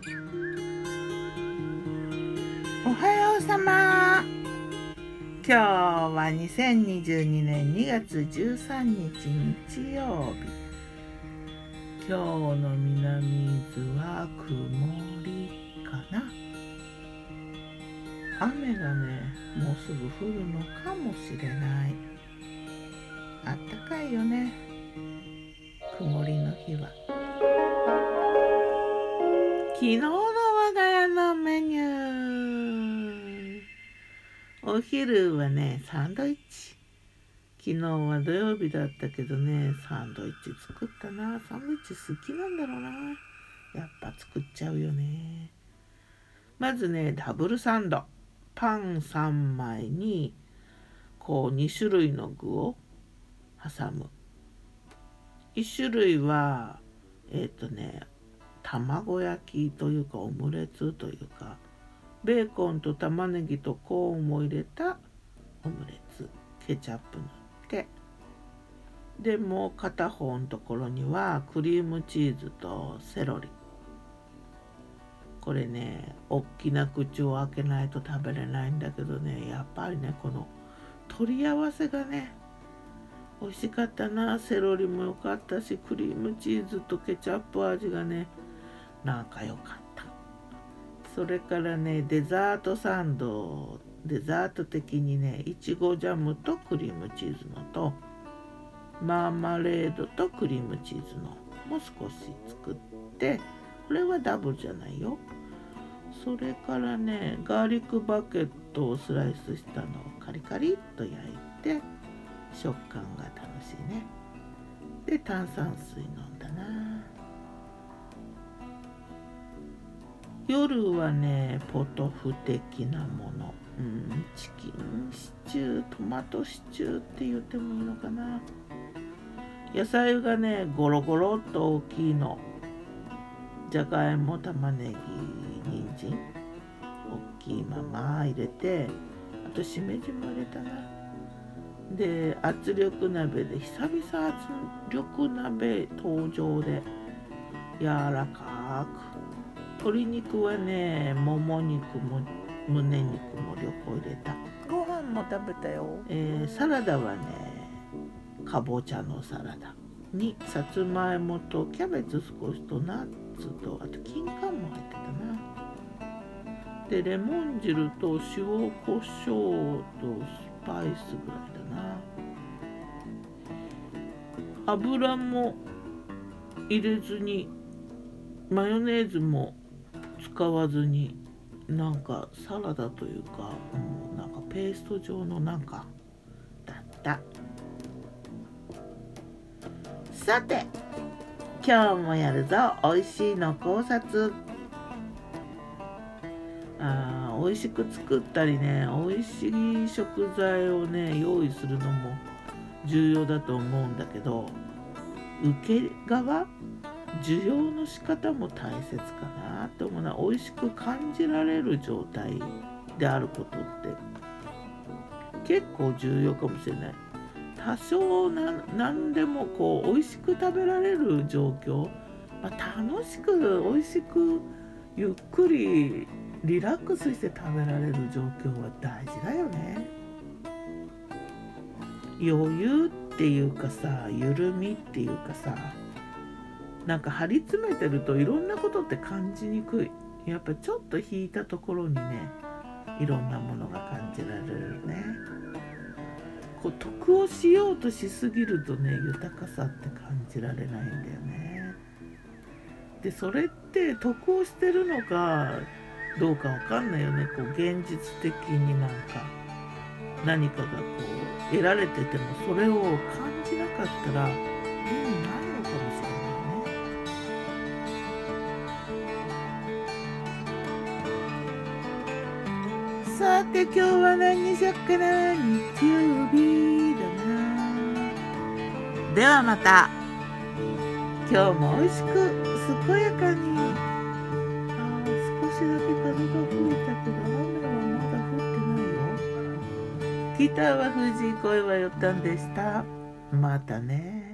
おはようさま。今日は2022年2月13日日曜日。今日の南伊豆は曇りかな。雨がね、もうすぐ降るのかもしれない。あったかいよね、曇りの日は。昨日の我が家のメニュー。お昼はね、サンドイッチ。昨日は土曜日だったけどね、サンドイッチ作ったな。サンドイッチ好きなんだろうな。やっぱ作っちゃうよね。まずね、ダブルサンド。パン3枚にこう2種類の具を挟む。1種類は卵焼きというかオムレツというか、ベーコンと玉ねぎとコーンを入れたオムレツ、ケチャップ塗って、でもう片方のところにはクリームチーズとセロリ。これね、大きな口を開けないと食べれないんだけどね、やっぱりね、この取り合わせがね、美味しかったな。セロリも良かったし、クリームチーズとケチャップ味がね、なんか良かった。それからね、デザートサンド、デザート的にね、いちごジャムとクリームチーズのと、マーマレードとクリームチーズのも少し作って、これはダブルじゃないよ。それからね、ガーリックバケットをスライスしたのをカリカリっと焼いて、食感が楽しいね。で、炭酸水飲んだな。夜はね、ポトフ的なもの、チキンシチュー、トマトシチューって言ってもいいのかな。野菜がね、ゴロゴロっと大きいの。じゃがいも、玉ねぎ、人参、大きいまま入れて、あとしめじも入れたな。で、圧力鍋で、久々圧力鍋登場で柔らかく。鶏肉はね、もも肉も胸肉も両方入れた。 ご飯も食べたよ。 サラダはね、かぼちゃのサラダにさつまいもとキャベツ少しとナッツと、あと金柑も入ってたな。で、レモン汁と塩コショウとスパイスぐらいだな。油も入れずに、マヨネーズも使わずに、なんかサラダというか、なんかペースト状のなんかだった。さて、今日もやるぞ。おいしいの考察。美味しく作ったりね、美味しい食材をね、用意するのも重要だと思うんだけど、受け側、需要の仕方も大切かなと思うな。美味しく感じられる状態であることって結構重要かもしれない。多少何でもこう美味しく食べられる状況、楽しく美味しくゆっくりリラックスして食べられる状況は大事だよね。余裕っていうかさ、緩みっていうかさ、なんか張り詰めてるといろんなことって感じにくい。やっぱちょっと引いたところにね、いろんなものが感じられるね。こう得をしようとしすぎるとね、豊かさって感じられないんだよね。で、それって得をしてるのかどうかわかんないよね。こう現実的になんか何かがこう得られてても、それを感じなかったら意味ないのかもしれないね。さて、今日は何にしよっかな。日曜日だな。ではまた。今日も美味しく健やかに。少しだけ風が吹いたけど、雨はまだ降ってないよ。ギターは藤井、声はよったんでした。またね。